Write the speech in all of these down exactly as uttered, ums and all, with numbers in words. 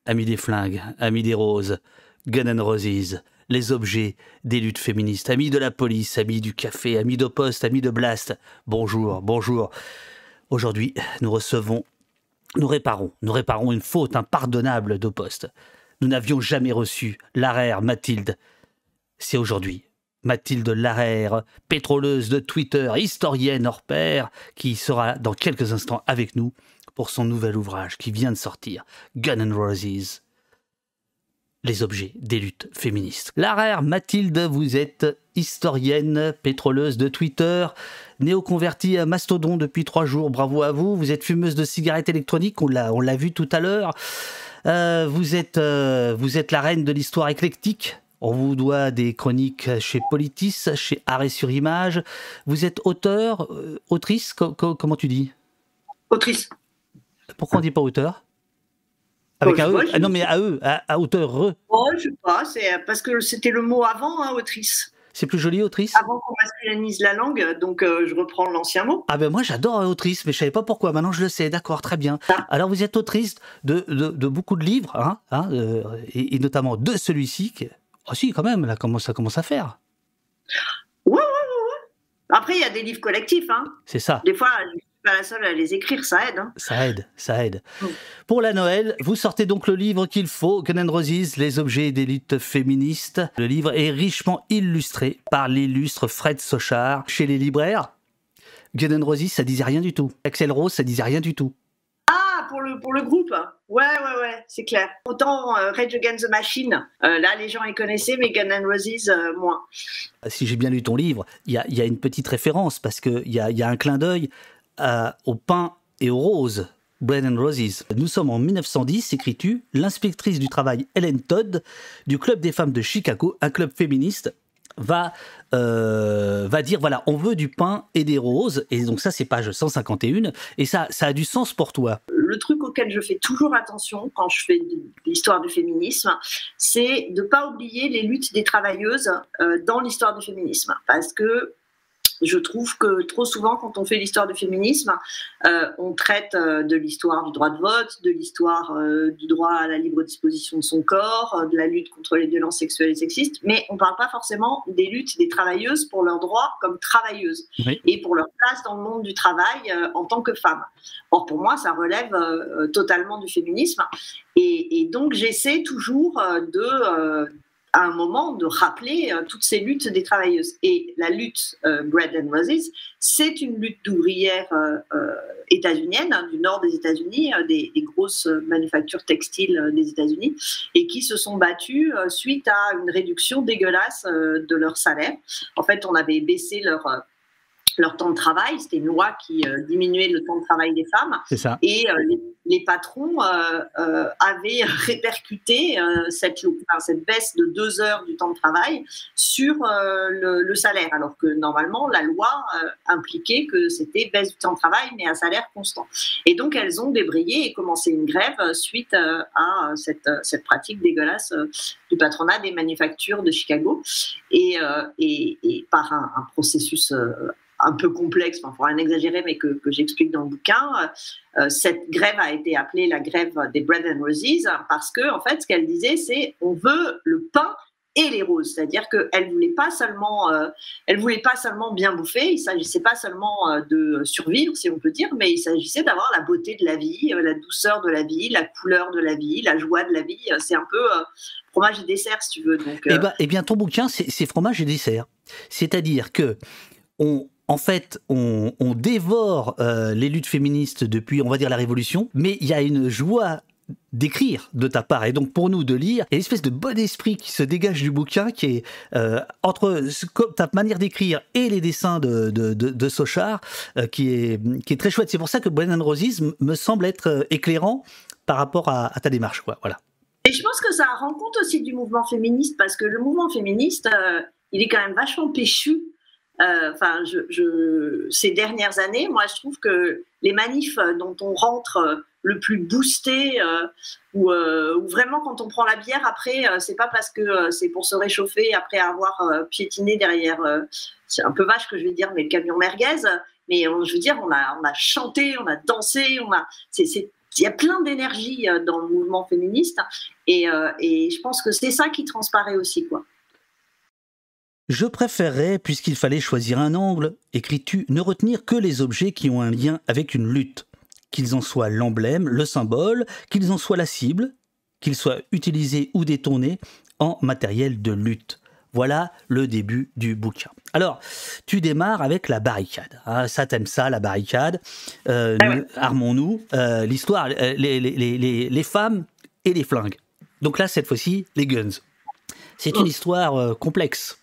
amis des flingues, amis des roses, Guns N' Roses, les objets des luttes féministes, amis de la police, amis du café, amis de poste, amis de blast. Bonjour, bonjour. Aujourd'hui, nous recevons, nous réparons, nous réparons une faute impardonnable de poste. Nous n'avions jamais reçu Larère Mathilde. C'est aujourd'hui. Mathilde Larère, pétroleuse de Twitter, historienne hors pair, qui sera dans quelques instants avec nous pour son nouvel ouvrage qui vient de sortir, Guns N' Roses, les objets des luttes féministes. Larère Mathilde, vous êtes historienne, pétroleuse de Twitter, néoconvertie à Mastodon depuis trois jours, bravo à vous. Vous êtes fumeuse de cigarettes électroniques, on l'a, on l'a vu tout à l'heure. Euh, vous êtes, euh, vous êtes la reine de l'histoire éclectique. On vous doit des chroniques chez Politis, chez Arrêt sur Image. Vous êtes auteur, euh, autrice, co- co- comment tu dis ? Autrice. Pourquoi on dit pas auteur ? Avec Oh, un vois, E. Ah non, mais à eux, à, à auteur. Re. Oh, je sais pas, c'est parce que c'était le mot avant, hein, autrice. C'est plus joli, autrice ? Avant qu'on masculinise la langue, donc euh, je reprends l'ancien mot. Ah ben moi j'adore autrice, mais je savais pas pourquoi. Maintenant je le sais, d'accord, très bien. Ah. Alors vous êtes autrice de, de, de beaucoup de livres, hein, hein, euh, et, et notamment de celui-ci. Qui... Oh si, quand même, là, comment ça commence à faire ? Ouais, ouais, ouais, ouais. Après, il y a des livres collectifs. Hein. C'est ça. Des fois, je ne suis pas la seule à les écrire, ça aide. Hein. Ça aide, ça aide. Mm. Pour la Noël, vous sortez donc le livre qu'il faut, Guns N' Roses, les objets des luttes féministes. Le livre est richement illustré par l'illustre Fred Sochard chez les libraires. Guns N' Roses, ça disait rien du tout. Axl Rose, ça disait rien du tout. Ah, pour le, pour le groupe. Ouais, ouais, ouais, c'est clair. Autant euh, Rage Against the Machine, euh, là, les gens les connaissaient, mais Guns N' Roses, euh, moins. Si j'ai bien lu ton livre, il y a, y a une petite référence, parce qu'il y a, y a un clin d'œil euh, au pain et aux roses. Bread and Roses. Nous sommes en mille neuf cent dix, écris-tu, l'inspectrice du travail Ellen Todd du Club des femmes de Chicago, un club féministe, va, euh, va dire, voilà, on veut du pain et des roses, et donc ça c'est page cent cinquante et un, et ça, ça a du sens pour toi. Le truc auquel je fais toujours attention quand je fais de l'histoire du féminisme, c'est de ne pas oublier les luttes des travailleuses euh, dans l'histoire du féminisme, parce que je trouve que trop souvent, quand on fait l'histoire du féminisme, euh, on traite euh, de l'histoire du droit de vote, de l'histoire euh, du droit à la libre disposition de son corps, euh, de la lutte contre les violences sexuelles et sexistes, mais on ne parle pas forcément des luttes des travailleuses pour leurs droits comme travailleuses, oui, et pour leur place dans le monde du travail euh, en tant que femmes. Or, pour moi, ça relève euh, totalement du féminisme. Et, et donc, j'essaie toujours euh, de... Euh, à un moment de rappeler euh, toutes ces luttes des travailleuses. Et la lutte euh, Bread and Roses, c'est une lutte d'ouvrières euh, euh, états-uniennes, hein, du nord des États-Unis, euh, des, des grosses manufactures textiles euh, des États-Unis, et qui se sont battues euh, suite à une réduction dégueulasse euh, de leur salaire. En fait, on avait baissé leur... Euh, leur temps de travail, c'était une loi qui euh, diminuait le temps de travail des femmes. C'est ça. Et euh, les, les patrons euh, euh, avaient répercuté euh, cette, enfin, cette baisse de deux heures du temps de travail sur euh, le, le salaire, alors que normalement, la loi euh, impliquait que c'était baisse du temps de travail, mais à salaire constant. Et donc, elles ont débrayé et commencé une grève suite euh, à cette, cette pratique dégueulasse euh, du patronat des manufactures de Chicago. Et, euh, et, et par un, un processus... Euh, un peu complexe, enfin, il ne faut rien exagérer, mais que, que j'explique dans le bouquin. Euh, cette grève a été appelée la grève des Bread and Roses parce que, en fait, ce qu'elle disait, c'est on veut le pain et les roses, c'est-à-dire qu'elle voulait pas seulement, euh, elle voulait pas seulement bien bouffer, il s'agissait pas seulement euh, de survivre, si on peut dire, mais il s'agissait d'avoir la beauté de la vie, euh, la douceur de la vie, la couleur de la vie, la joie de la vie. C'est un peu euh, fromage et dessert, si tu veux. Donc, euh... eh ben, eh bien, ton bouquin, c'est, c'est fromage et dessert, c'est-à-dire que on En fait, on, on dévore euh, les luttes féministes depuis, on va dire, la Révolution, mais il y a une joie d'écrire de ta part, et donc pour nous de lire, il y a une espèce de bon esprit qui se dégage du bouquin, qui est euh, entre ta manière d'écrire et les dessins de, de, de, de Sochard, euh, qui, est, qui est très chouette. C'est pour ça que Bread and Roses me semble être éclairant par rapport à, à ta démarche, quoi. Voilà. Et je pense que ça rend compte aussi du mouvement féministe, parce que le mouvement féministe, euh, il est quand même vachement péchu. Enfin, euh, je, je, ces dernières années, moi, je trouve que les manifs dont on rentre le plus boosté, euh, ou, euh, ou vraiment quand on prend la bière après, euh, c'est pas parce que euh, c'est pour se réchauffer après avoir euh, piétiné derrière, euh, c'est un peu vache que je vais dire, mais le camion merguez. Mais on, je veux dire, on a, on a chanté, on a dansé, on a, c'est, c'est il y a plein d'énergie dans le mouvement féministe et, euh, et je pense que c'est ça qui transparaît aussi, quoi. Je préférerais, puisqu'il fallait choisir un angle, écris-tu, ne retenir que les objets qui ont un lien avec une lutte, qu'ils en soient l'emblème, le symbole, qu'ils en soient la cible, qu'ils soient utilisés ou détournés en matériel de lutte. Voilà le début du bouquin. Alors, tu démarres avec la barricade. Ah, ça, t'aimes ça, la barricade. Euh, ah ouais. Armons-nous. Euh, l'histoire, euh, les, les, les, les femmes et les flingues. Donc là, cette fois-ci, les guns. C'est une histoire euh, complexe.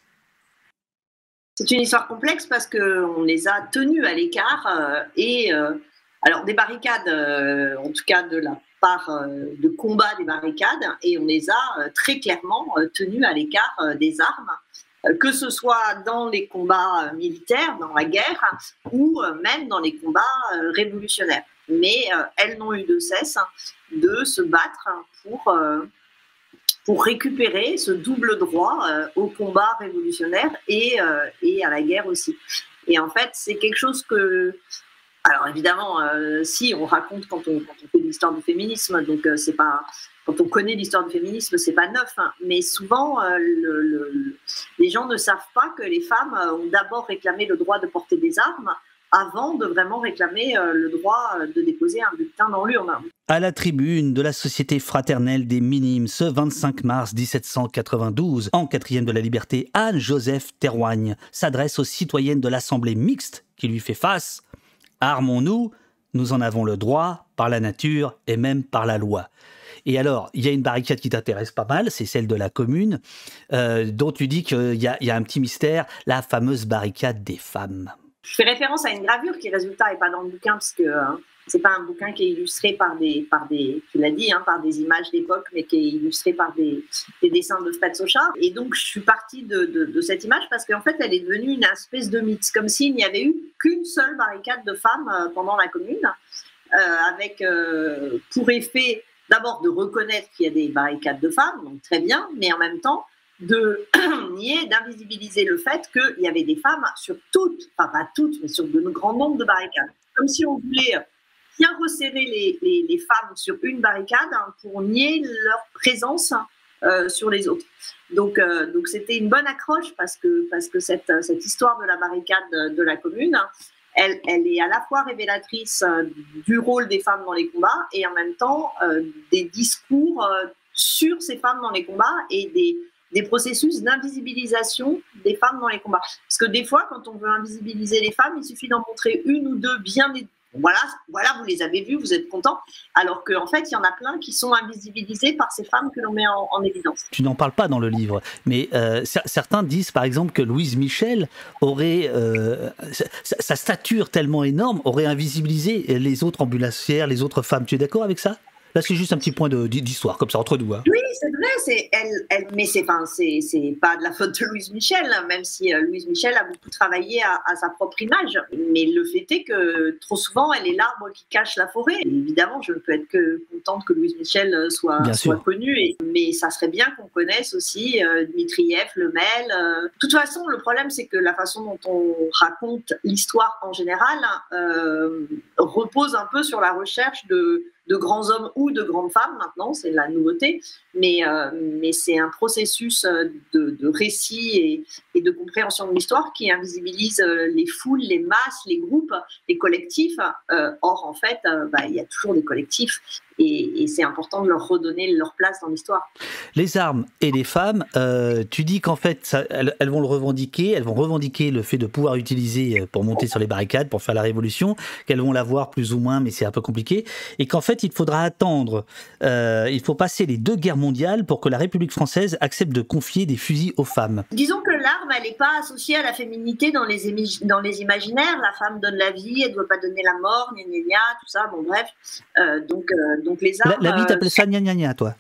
C'est une histoire complexe parce qu'on les a tenus à l'écart euh, et euh, alors des barricades, euh, en tout cas de la part euh, de combat des barricades, et on les a euh, très clairement euh, tenus à l'écart euh, des armes, euh, que ce soit dans les combats euh, militaires, dans la guerre, ou euh, même dans les combats euh, révolutionnaires. Mais euh, elles n'ont eu de cesse de se battre pour... Euh, pour récupérer ce double droit euh, au combat révolutionnaire et, euh, et à la guerre aussi. Et en fait, c'est quelque chose que... Alors évidemment, euh, si, on raconte quand on, quand on fait l'histoire du féminisme, donc euh, c'est pas... Quand on connaît l'histoire du féminisme, c'est pas neuf, hein, mais souvent, euh, le, le, les gens ne savent pas que les femmes ont d'abord réclamé le droit de porter des armes avant de vraiment réclamer euh, le droit de déposer un bulletin dans l'urne. À la tribune de la Société fraternelle des Minimes, ce vingt-cinq mars dix-sept cent quatre-vingt-douze, en quatrième de la liberté, Anne-Joseph Théroigne s'adresse aux citoyennes de l'Assemblée mixte qui lui fait face. « Armons-nous, nous en avons le droit, par la nature et même par la loi. » Et alors, il y a une barricade qui t'intéresse pas mal, c'est celle de la Commune, euh, dont tu dis qu'il y a, il y a un petit mystère, la fameuse barricade des femmes. Je fais référence à une gravure qui, résultat, n'est pas dans le bouquin, parce que hein, c'est pas un bouquin qui est illustré par des, par des tu l'as dit, hein, par des images d'époque, mais qui est illustré par des, des dessins de Fred Sochard. Et donc, je suis partie de, de, de cette image parce qu'en fait, elle est devenue une espèce de mythe, comme s'il n'y avait eu qu'une seule barricade de femmes euh, pendant la Commune, euh, avec euh, pour effet d'abord de reconnaître qu'il y a des barricades de femmes, donc très bien, mais en même temps, de nier, d'invisibiliser le fait qu'il y avait des femmes sur toutes, enfin pas toutes, mais sur de grands nombres de barricades. Comme si on voulait bien resserrer les, les, les femmes sur une barricade hein, pour nier leur présence euh, sur les autres. Donc, euh, donc c'était une bonne accroche parce que, parce que cette, cette histoire de la barricade de, de la Commune, elle, elle est à la fois révélatrice euh, du rôle des femmes dans les combats et en même temps euh, des discours euh, sur ces femmes dans les combats et des des processus d'invisibilisation des femmes dans les combats. Parce que des fois, quand on veut invisibiliser les femmes, il suffit d'en montrer une ou deux bien... Voilà, voilà, vous les avez vues, vous êtes contents. Alors qu'en fait, il y en a plein qui sont invisibilisés par ces femmes que l'on met en, en évidence. Tu n'en parles pas dans le livre, mais euh, certains disent par exemple que Louise Michel aurait... Euh, sa, sa stature tellement énorme aurait invisibilisé les autres ambulancières, les autres femmes. Tu es d'accord avec ça ? Là, c'est juste un petit point de, d'histoire, comme ça, entre nous. Hein. Oui, c'est vrai, c'est, elle, elle, mais c'est, enfin, c'est, c'est pas de la faute de Louise Michel, même si euh, Louise Michel a beaucoup travaillé à, à sa propre image. Mais le fait est que trop souvent, elle est l'arbre qui cache la forêt. Et évidemment, je ne peux être que contente que Louise Michel soit, soit connue, et, mais ça serait bien qu'on connaisse aussi euh, Dmitriev, Lemel. Euh. De toute façon, le problème, c'est que la façon dont on raconte l'histoire en général euh, repose un peu sur la recherche de de grands hommes ou de grandes femmes, maintenant, c'est la nouveauté, mais, euh, mais c'est un processus de, de récit et, et de compréhension de l'histoire qui invisibilise les foules, les masses, les groupes, les collectifs. Euh, or, en fait, euh, bah, il y a toujours des collectifs et, et c'est important de leur redonner leur place dans l'histoire. Les armes et les femmes, euh, tu dis qu'en fait, ça, elles, elles vont le revendiquer, elles vont revendiquer le fait de pouvoir utiliser pour monter sur les barricades, pour faire la révolution, qu'elles vont l'avoir plus ou moins, mais c'est un peu compliqué, et qu'en fait, il faudra attendre, euh, il faut passer les deux guerres mondiales pour que la République française accepte de confier des fusils aux femmes. Disons que l'arme, elle n'est pas associée à la féminité dans les, émi- dans les imaginaires. La femme donne la vie, elle ne doit pas donner la mort, gna gna gna, tout ça, bon bref. Euh, donc, euh, donc les armes... La, la vie, t'appelles ça gna gna gna, toi?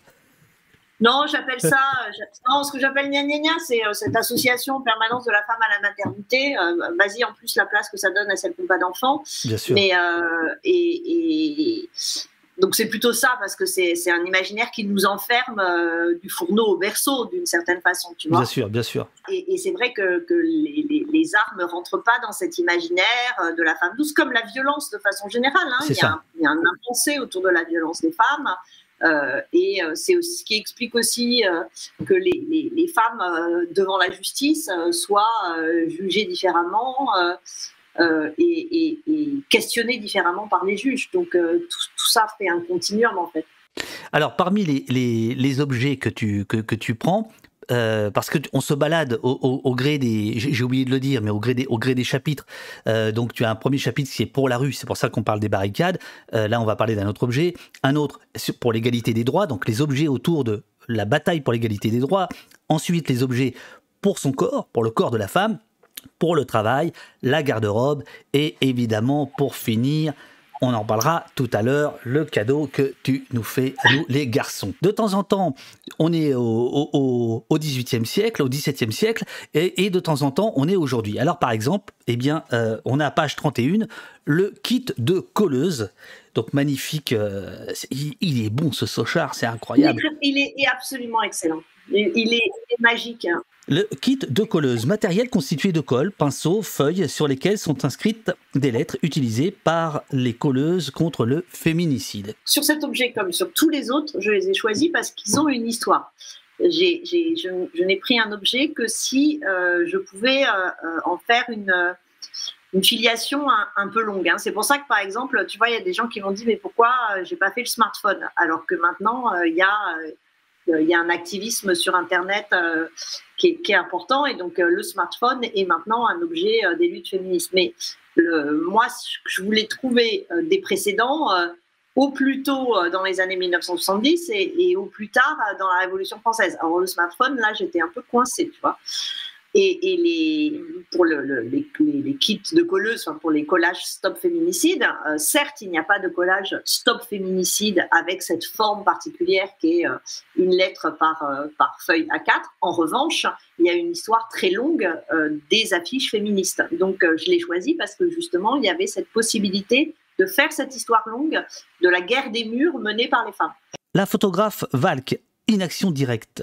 Non, j'appelle ça... non, ce que j'appelle gna gna gna, c'est euh, cette association en permanence de la femme à la maternité. Euh, vas-y, en plus, la place que ça donne à celle qui n'a pas d'enfant. Bien sûr. Mais, euh, et... et donc c'est plutôt ça, parce que c'est, c'est un imaginaire qui nous enferme euh, du fourneau au berceau, d'une certaine façon, tu vois. Bien sûr, bien sûr. Et, et c'est vrai que, que les, les, les arts ne rentrent pas dans cet imaginaire de la femme douce, comme la violence de façon générale. Hein. C'est il, y a ça. un, il y a un impensé autour de la violence des femmes. Euh, et euh, c'est aussi, ce qui explique aussi euh, que les, les, les femmes euh, devant la justice euh, soient euh, jugées différemment euh, euh, et, et, et questionnées différemment par les juges. Donc euh, tout, tout ça fait un continuum en fait. Alors parmi les, les, les objets que tu, que, que tu prends, Euh, parce que on se balade au, au, au gré des, j'ai oublié de le dire, mais au gré des, au gré des chapitres. Euh, donc tu as un premier chapitre qui est pour la rue, c'est pour ça qu'on parle des barricades. Euh, là, on va parler d'un autre objet, un autre pour l'égalité des droits, donc les objets autour de la bataille pour l'égalité des droits. Ensuite, les objets pour son corps, pour le corps de la femme, pour le travail, la garde-robe, et évidemment, pour finir, on en parlera tout à l'heure, le cadeau que tu nous fais à nous les garçons. De temps en temps, on est au, au, au dix-huitième siècle, au dix-septième siècle, et, et de temps en temps, on est aujourd'hui. Alors par exemple, eh bien, euh, on a à page trente et un, le kit de colleuse. Donc magnifique, euh, il, il est bon ce Sochard, c'est incroyable. Il est, il est absolument excellent, il est, il est magique. Hein. Le kit de colleuse, matériel constitué de colle, pinceaux, feuilles sur lesquelles sont inscrites des lettres utilisées par les colleuses contre le féminicide. Sur cet objet comme sur tous les autres, je les ai choisis parce qu'ils ont une histoire. J'ai, j'ai, je, je n'ai pris un objet que si euh, je pouvais euh, en faire une, une filiation un, un peu longue. Hein. C'est pour ça que par exemple, tu vois, il y a des gens qui m'ont dit mais pourquoi euh, j'ai pas fait le smartphone, alors que maintenant il euh, y a euh, il y a un activisme sur Internet euh, qui, est, qui est important, et donc euh, le smartphone est maintenant un objet euh, des luttes féministes. Mais le, moi, je voulais trouver euh, des précédents euh, au plus tôt euh, dans les années mille neuf cent soixante-dix et, et au plus tard euh, dans la Révolution française. Alors le smartphone, là, j'étais un peu coincée, tu vois. Et, et les, pour le, le, les, les kits de colleuses, enfin pour les collages Stop Féminicide, euh, certes, il n'y a pas de collage Stop Féminicide avec cette forme particulière qui est euh, une lettre par, euh, par feuille A quatre. En revanche, il y a une histoire très longue euh, des affiches féministes. Donc, euh, je l'ai choisi parce que justement, il y avait cette possibilité de faire cette histoire longue de la guerre des murs menée par les femmes. La photographe Valk, Inaction Directe,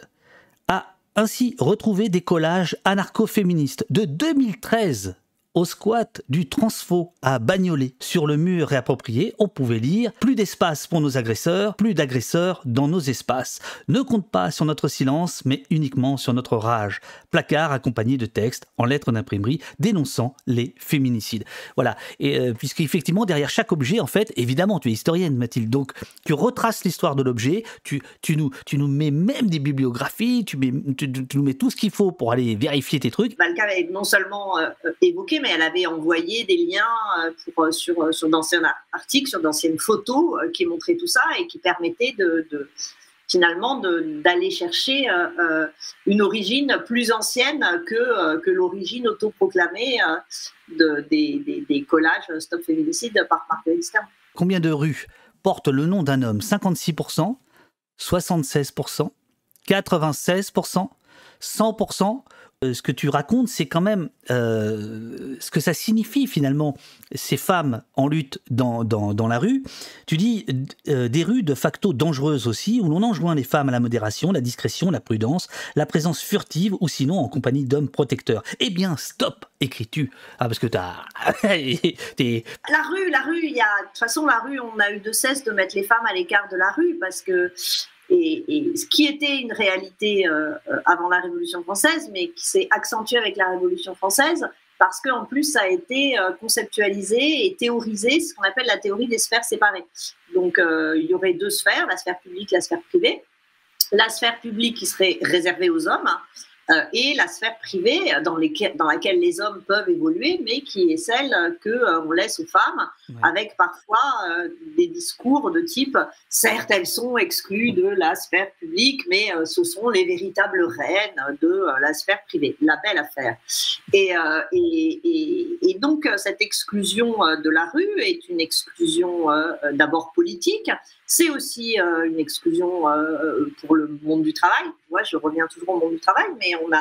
a ainsi retrouvé des collages anarcho-féministes de deux mille treize au squat du Transfo à Bagnolet. Sur le mur réapproprié, on pouvait lire « Plus d'espace pour nos agresseurs, plus d'agresseurs dans nos espaces. Ne compte pas sur notre silence, mais uniquement sur notre rage. » Placard accompagné de textes en lettres d'imprimerie dénonçant les féminicides. Voilà, et euh, puisqu'effectivement, derrière chaque objet, en fait, évidemment, tu es historienne, Mathilde, donc tu retraces l'histoire de l'objet, tu, tu, nous, tu nous mets même des bibliographies, tu, mets, tu, tu nous mets tout ce qu'il faut pour aller vérifier tes trucs. Valka avait non seulement euh, évoqué, mais elle avait envoyé des liens pour, sur, sur d'anciens articles, sur d'anciennes photos qui montraient tout ça et qui permettaient de, de, finalement de, d'aller chercher euh, une origine plus ancienne que, que l'origine autoproclamée de, des, des, des collages Stop Féminicide par Marguerite Stern. Combien de rues portent le nom d'un homme? Cinquante-six pour cent, soixante-seize pour cent, quatre-vingt-seize pour cent, cent pour cent. Ce que tu racontes, c'est quand même euh, ce que ça signifie finalement, ces femmes en lutte dans, dans, dans la rue. Tu dis euh, des rues de facto dangereuses aussi, où l'on enjoint les femmes à la modération, la discrétion, la prudence, la présence furtive, ou sinon en compagnie d'hommes protecteurs. Eh bien, stop, écris-tu. Ah, parce que t'as... t'es... La rue, la rue, il y a... De toute façon, la rue, on a eu de cesse de mettre les femmes à l'écart de la rue, parce que... Et, et ce qui était une réalité euh, avant la Révolution française, mais qui s'est accentué avec la Révolution française, parce qu'en plus, ça a été euh, conceptualisé et théorisé, ce qu'on appelle la théorie des sphères séparées. Donc, euh, il y aurait deux sphères, la sphère publique, la sphère privée. La sphère publique qui serait réservée aux hommes, euh, et la sphère privée dans, les, dans laquelle les hommes peuvent évoluer, mais qui est celle qu'on euh, laisse aux femmes, ouais. Avec parfois euh, des discours de type « certes, elles sont exclues de la sphère publique, mais euh, ce sont les véritables reines de euh, la sphère privée ». La belle affaire. Et, euh, et, et, et donc, cette exclusion de la rue est une exclusion euh, d'abord politique, c'est aussi euh, une exclusion euh, pour le monde du travail. Moi, je reviens toujours au monde du travail, mais on a,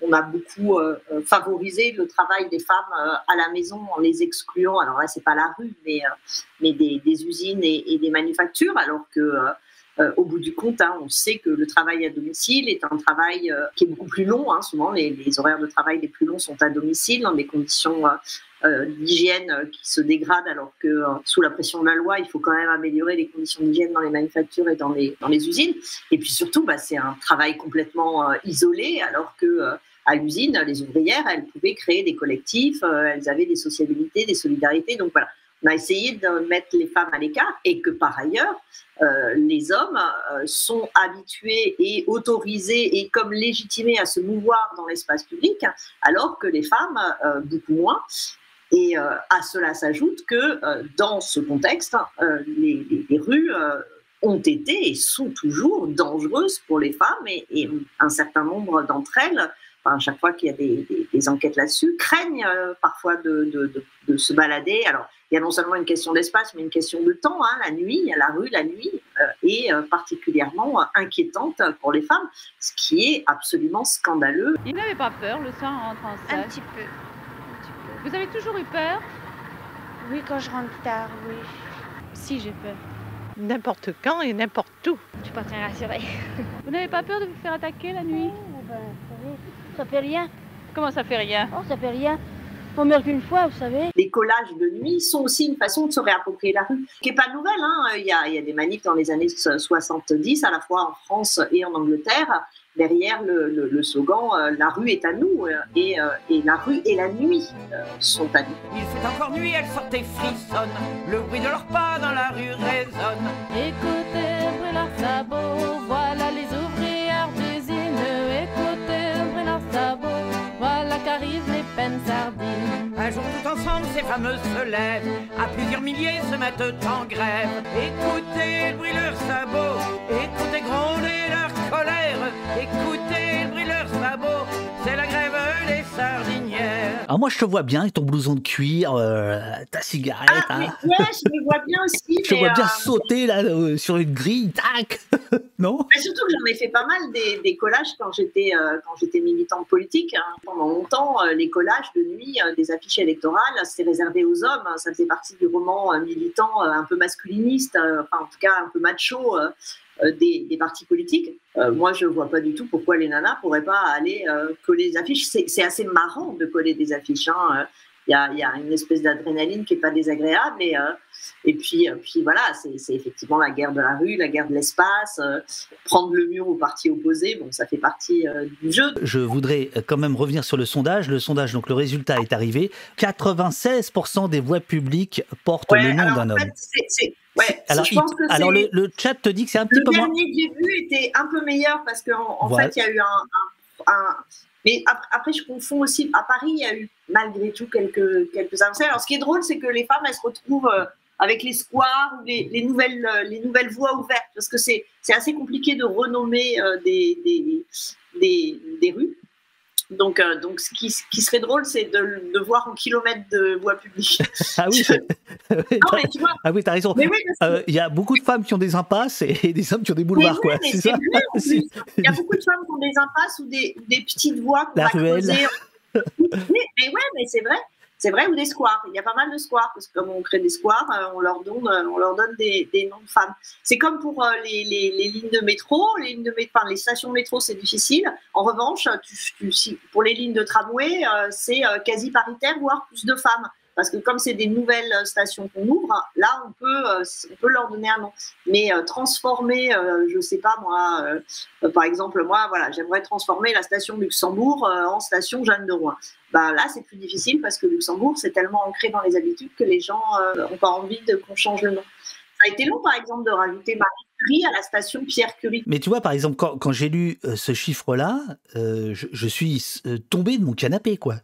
on a beaucoup euh, favorisé le travail des femmes euh, à la maison en les excluant. Alors là, c'est pas la rue, mais, euh, mais des, des usines et, et des manufactures, alors que euh, euh, au bout du compte, hein, on sait que le travail à domicile est un travail euh, qui est beaucoup plus long. Hein. Souvent, les, les horaires de travail les plus longs sont à domicile, dans des conditions euh, euh, d'hygiène euh, qui se dégradent, alors que euh, sous la pression de la loi, il faut quand même améliorer les conditions d'hygiène dans les manufactures et dans les, dans les usines. Et puis surtout, bah, c'est un travail complètement euh, isolé, alors que euh, à l'usine, les ouvrières, elles pouvaient créer des collectifs, euh, elles avaient des sociabilités, des solidarités. Donc voilà, on a essayé de mettre les femmes à l'écart et que par ailleurs, euh, les hommes euh, sont habitués et autorisés et comme légitimés à se mouvoir dans l'espace public, alors que les femmes, euh, beaucoup moins. Et euh, à cela s'ajoute que euh, dans ce contexte, euh, les, les, les rues euh, ont été et sont toujours dangereuses pour les femmes et, et un certain nombre d'entre elles, enfin, à chaque fois qu'il y a des, des, des enquêtes là-dessus, craignent euh, parfois de, de, de, de se balader. Alors, il y a non seulement une question d'espace, mais une question de temps. Hein, la nuit, la rue, la nuit euh, est euh, particulièrement euh, inquiétante pour les femmes, ce qui est absolument scandaleux. Il n'avait pas peur le soir en rentrant en salle? Un petit peu. Vous avez toujours eu peur? Oui, quand je rentre tard, oui. Si, j'ai peur. N'importe quand et n'importe où. Je suis pas très rassurée. Vous n'avez pas peur de vous faire attaquer la nuit? Oh, ben, vous savez, ça fait rien. Comment ça fait rien? Oh, ça fait rien. On meurt qu'une fois, vous savez. Les collages de nuit sont aussi une façon de se réapproprier la rue, qui n'est pas nouvelle. Hein. Il, y a, il y a des manifs dans les années soixante-dix, à la fois en France et en Angleterre, derrière le, le, le slogan euh, « La rue est à nous » et, euh, et la rue et la nuit euh, sont à nous. Il fait encore nuit, elles sortent et frissonnent, le bruit de leurs pas dans la rue résonne. Écoutez, brûler leurs sabots, voilà les ouvrières d'usine. Écoutez, brûler leurs sabots, voilà qu'arrivent les peines sardines. Un jour tout ensemble, ces fameuses se lèvent, à plusieurs milliers se mettent en grève. Écoutez le bruit de leurs sabots, écoutez gronder leur colère. Écoutez le bruit de leurs sabots, c'est la grève des sardinières. Alors moi je te vois bien avec ton blouson de cuir, euh, ta cigarette. Ah, mais hein. ouais, je me vois bien aussi. Je te mais, vois bien euh, sauter là euh, sur une grille, tac. Non? mais surtout que j'en ai fait pas mal des, des collages quand j'étais euh, quand j'étais militante politique. Hein. Pendant longtemps, euh, les collages de nuit, euh, des affiches électorales, c'était réservé aux hommes. Hein. Ça faisait partie du roman euh, militant euh, un peu masculiniste, euh, enfin en tout cas un peu macho. Euh, Euh, des, des partis politiques. Euh, moi, je ne vois pas du tout pourquoi les nanas ne pourraient pas aller euh, coller des affiches. C'est, c'est assez marrant de coller des affiches. Hein. Il y a, il y a une espèce d'adrénaline qui n'est pas désagréable. Et, euh, et puis, euh, puis voilà, c'est, c'est effectivement la guerre de la rue, la guerre de l'espace. Euh, prendre le mur au parti opposé, bon, ça fait partie euh, du jeu. Je voudrais quand même revenir sur le sondage. Le sondage, donc le résultat est arrivé. quatre-vingt-seize pour cent des voix publiques portent Ouais, le nom alors, d'un en fait, homme. c'est, c'est, ouais, Alors, je il- pense que alors c'est... le, le chat te dit que c'est un petit Le peu moins. dernier que j'ai vu était un peu meilleur parce qu'en en Voilà. fait, il y a eu un, un- un- Mais ap- après, je confonds aussi. À Paris, il y a eu malgré tout quelques, quelques avancées. Alors, ce qui est drôle, c'est que les femmes, elles se retrouvent euh, avec les squares ou les, les, nouvelles, euh, les nouvelles voies ouvertes parce que c'est, c'est assez compliqué de renommer euh, des, des, des, des rues. Donc, euh, donc ce, qui, ce qui serait drôle, c'est de, de voir en kilomètres de voies publiques. Ah oui, c'est- Non, mais tu vois, ah oui, t'as raison. mais oui, parce que- Euh, Il y a beaucoup de femmes qui ont des impasses et des hommes qui ont des Mais boulevards, oui, quoi. mais C'est c'est ça. vrai, en C'est- plus. Il y a beaucoup de femmes qui ont des impasses ou des, des petites voies qu'on La va ruelle. creuser. Oui, mais ouais, mais c'est vrai. C'est vrai, ou des squares. Il y a pas mal de squares, parce que comme on crée des squares, euh, on leur donne, euh, on leur donne des, des noms de femmes. C'est comme pour euh, les, les, les lignes de métro. Les, lignes de mé- enfin, les stations de métro, c'est difficile. En revanche, tu, tu, si- pour les lignes de tramway, euh, c'est euh, quasi paritaire, voire plus de femmes. Parce que comme c'est des nouvelles stations qu'on ouvre, là, on peut, euh, on peut leur donner un nom. Mais euh, transformer, euh, je sais pas moi, euh, euh, par exemple, moi, voilà, j'aimerais transformer la station Luxembourg euh, en station Jeanne de Rouen. Ben, là, c'est plus difficile parce que Luxembourg, c'est tellement ancré dans les habitudes que les gens n'ont pas envie de, qu'on change le nom. Ça a été long, par exemple, de rajouter Marie Curie à la station Pierre Curie. Mais tu vois, par exemple, quand, quand j'ai lu euh, ce chiffre-là, euh, je, je suis euh, tombé de mon canapé, quoi.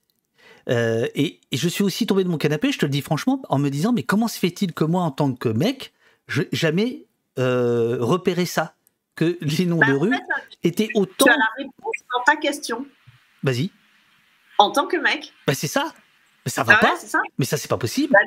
Euh, et, et je suis aussi tombé de mon canapé, je te le dis franchement, en me disant, mais comment se fait-il que moi, en tant que mec, je jamais euh, repéré ça, que les noms Ben, de en rue fait, étaient autant... tu as la réponse dans ta question. Vas-y. En tant que mec, Bah, c'est ça. Mais ça va Ah ouais, pas. c'est ça. Mais ça, c'est pas possible. Bah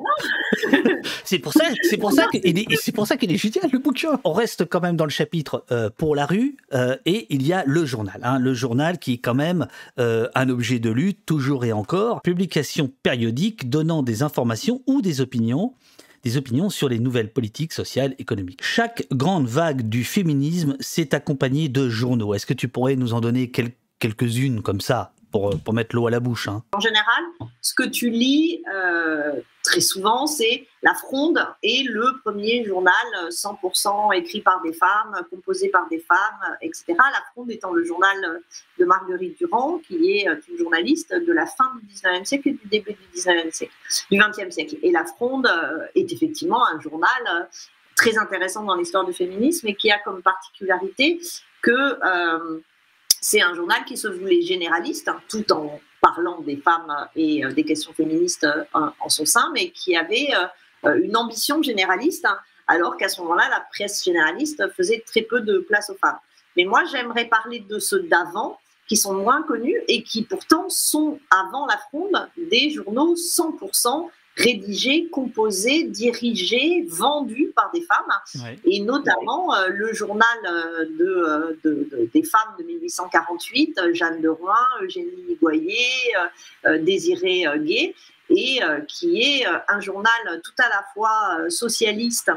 c'est pour ça, c'est pour ça qu'il est, c'est pour ça qu'il est génial, le bouquin. On reste quand même dans le chapitre euh, pour la rue euh, et il y a le journal, hein, le journal qui est quand même euh, un objet de lutte toujours et encore. Publication périodique donnant des informations ou des opinions. Des opinions sur les nouvelles politiques sociales, économiques. Chaque grande vague du féminisme s'est accompagnée de journaux. Est-ce que tu pourrais nous en donner quel- quelques-unes comme ça pour, pour mettre l'eau à la bouche, hein? En général, ce que tu lis euh, très souvent, c'est La Fronde et le premier journal cent pour cent écrit par des femmes, composé par des femmes, et cetera. La Fronde étant le journal de Marguerite Durand, qui est une journaliste de la fin du dix-neuvième siècle et du début du dix-neuvième siècle, du vingtième siècle. Et La Fronde est effectivement un journal très intéressant dans l'histoire du féminisme et qui a comme particularité que euh, c'est un journal qui se voulait généraliste, hein, tout en parlant des femmes et euh, des questions féministes euh, en son sein, mais qui avait euh, une ambition généraliste, hein, alors qu'à ce moment-là, la presse généraliste faisait très peu de place aux femmes. Mais moi, j'aimerais parler de ceux d'avant, qui sont moins connus et qui pourtant sont, avant La Fronde, des journaux cent pour cent rédigés, composés, dirigés, vendus par des femmes, ouais. Et notamment euh, le journal euh, de, de, de, des femmes de mille huit cent quarante-huit, euh, Jeanne de Rouen, Eugénie Goyer, euh, euh, Désirée euh, Gay, et euh, qui est euh, un journal tout à la fois euh, socialiste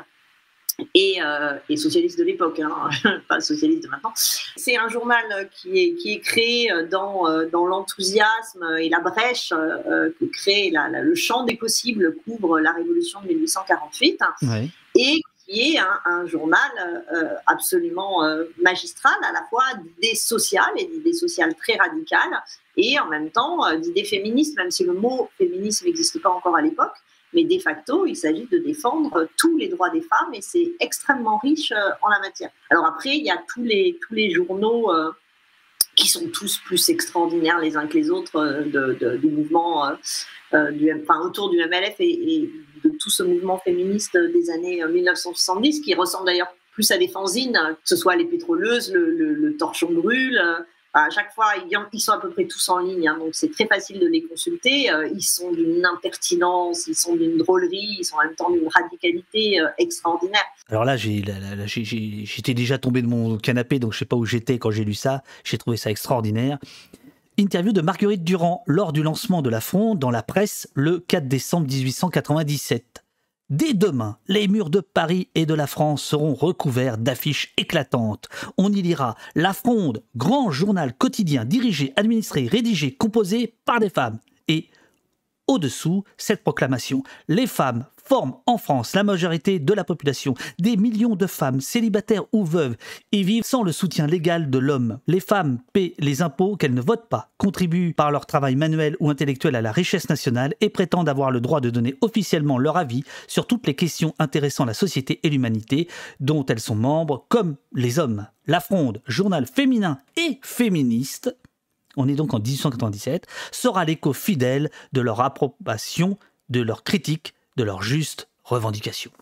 et, euh, et socialiste de l'époque, hein, pas socialiste de maintenant. C'est un journal qui est, qui est créé dans, dans l'enthousiasme et la brèche euh, que crée la, la, le champ des possibles couvre la Révolution de mille huit cent quarante-huit, ouais. Et qui est un, un journal euh, absolument euh, magistral, à la fois d'idées sociales et d'idées sociales très radicales, et en même temps euh, d'idées féministes, même si le mot féminisme n'existe pas encore à l'époque. Mais de facto, il s'agit de défendre tous les droits des femmes et c'est extrêmement riche euh, en la matière. Alors après, il y a tous les, tous les journaux euh, qui sont tous plus extraordinaires les uns que les autres euh, de, de, du mouvement, euh, euh, du, enfin, autour du M L F et, et de tout ce mouvement féministe des années mille neuf cent soixante-dix, qui ressemble d'ailleurs plus à des fanzines, que ce soit les pétroleuses, le, le, le torchon brûle. Euh, À chaque fois, ils sont à peu près tous en ligne, hein, donc c'est très facile de les consulter. Euh, ils sont d'une impertinence, ils sont d'une drôlerie, ils sont en même temps d'une radicalité euh, extraordinaire. Alors là, j'ai, là, là, j'ai, j'ai, j'étais déjà tombé de mon canapé, donc je ne sais pas où j'étais quand j'ai lu ça. J'ai trouvé ça extraordinaire. Interview de Marguerite Durand lors du lancement de La Fronde dans la presse le quatre décembre dix-huit cent quatre-vingt-dix-sept. Dès demain, les murs de Paris et de la France seront recouverts d'affiches éclatantes. On y lira La Fronde, grand journal quotidien dirigé, administré, rédigé, composé par des femmes. Et au-dessous, cette proclamation. Les femmes forment en France la majorité de la population. Des millions de femmes, célibataires ou veuves, y vivent sans le soutien légal de l'homme. Les femmes paient les impôts qu'elles ne votent pas, contribuent par leur travail manuel ou intellectuel à la richesse nationale et prétendent avoir le droit de donner officiellement leur avis sur toutes les questions intéressant la société et l'humanité dont elles sont membres, comme les hommes. La Fronde, journal féminin et féministe, on est donc en dix-huit cent quatre-vingt-dix-sept, sera l'écho fidèle de leur approbation, de leur critique, de leur juste revendication.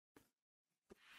Boum !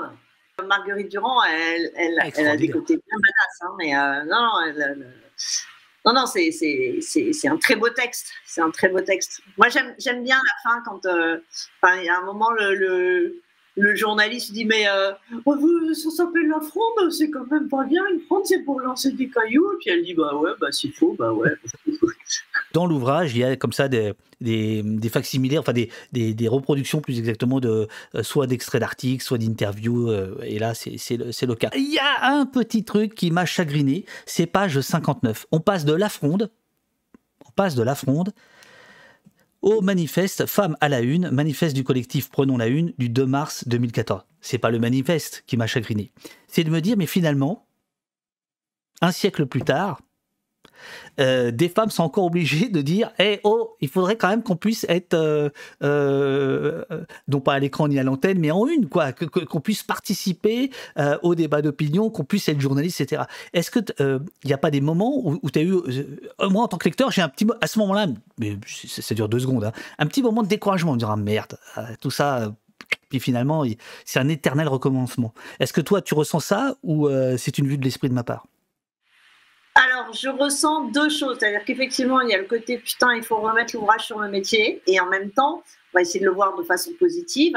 Marguerite Durand, elle, elle, elle a des côtés bien badass, hein, mais euh, non, non, elle, elle, non, non, c'est, c'est, c'est, c'est un très beau texte. C'est un très beau texte. Moi, j'aime, j'aime bien la fin quand, euh, enfin, il y a un moment, le, le, le journaliste dit mais euh, oh, vous, ça s'appelle La Fronde, c'est quand même pas bien. Une fronde, c'est pour lancer des cailloux. Puis elle dit bah ouais, bah s'il faut, bah ouais. Dans l'ouvrage, il y a comme ça des, des, des facsimilaires, enfin des, des, des reproductions plus exactement de euh, soit d'extraits d'articles, soit d'interviews. Euh, et là, c'est, c'est, le, c'est le cas. Il y a un petit truc qui m'a chagriné, c'est page cinquante-neuf. On passe de La Fronde, on passe de La Fronde au manifeste Femmes à la Une, manifeste du collectif Prenons la Une du deux mars deux mille quatorze. C'est pas le manifeste qui m'a chagriné. C'est de me dire, mais finalement, un siècle plus tard, Euh, des femmes sont encore obligées de dire hey, oh, il faudrait quand même qu'on puisse être euh, euh, non pas à l'écran ni à l'antenne mais en une, quoi, que, que, qu'on puisse participer euh, au débat d'opinion, qu'on puisse être journaliste, et cetera. Est-ce que il euh, n'y a pas des moments où, où tu as eu euh, moi en tant que lecteur, j'ai un petit à ce moment-là, mais ça, ça dure deux secondes, hein, un petit moment de découragement, de dire ah, merde, tout ça euh, puis finalement c'est un éternel recommencement. Est-ce que toi tu ressens ça ou euh, c'est une vue de l'esprit de ma part? Alors, alors je ressens deux choses, c'est-à-dire qu'effectivement il y a le côté putain il faut remettre l'ouvrage sur le métier, et en même temps on va essayer de le voir de façon positive.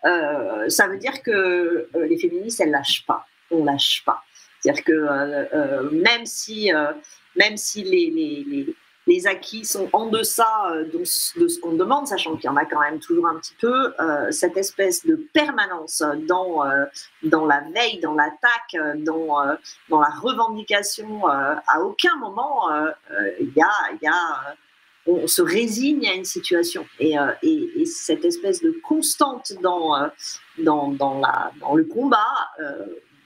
Euh, ça veut dire que euh, les féministes elles lâchent pas, on lâche pas. C'est-à-dire que euh, euh, même si euh, même si les, les, les les acquis sont en deçà de, de ce qu'on demande, sachant qu'il y en a quand même toujours un petit peu, euh, cette espèce de permanence dans, euh, dans la veille, dans l'attaque, dans, euh, dans la revendication, euh, à aucun moment, euh, euh, y a, y a, on se résigne à une situation. Et, euh, et, et cette espèce de constante dans, euh, dans, dans, la, dans le combat, euh,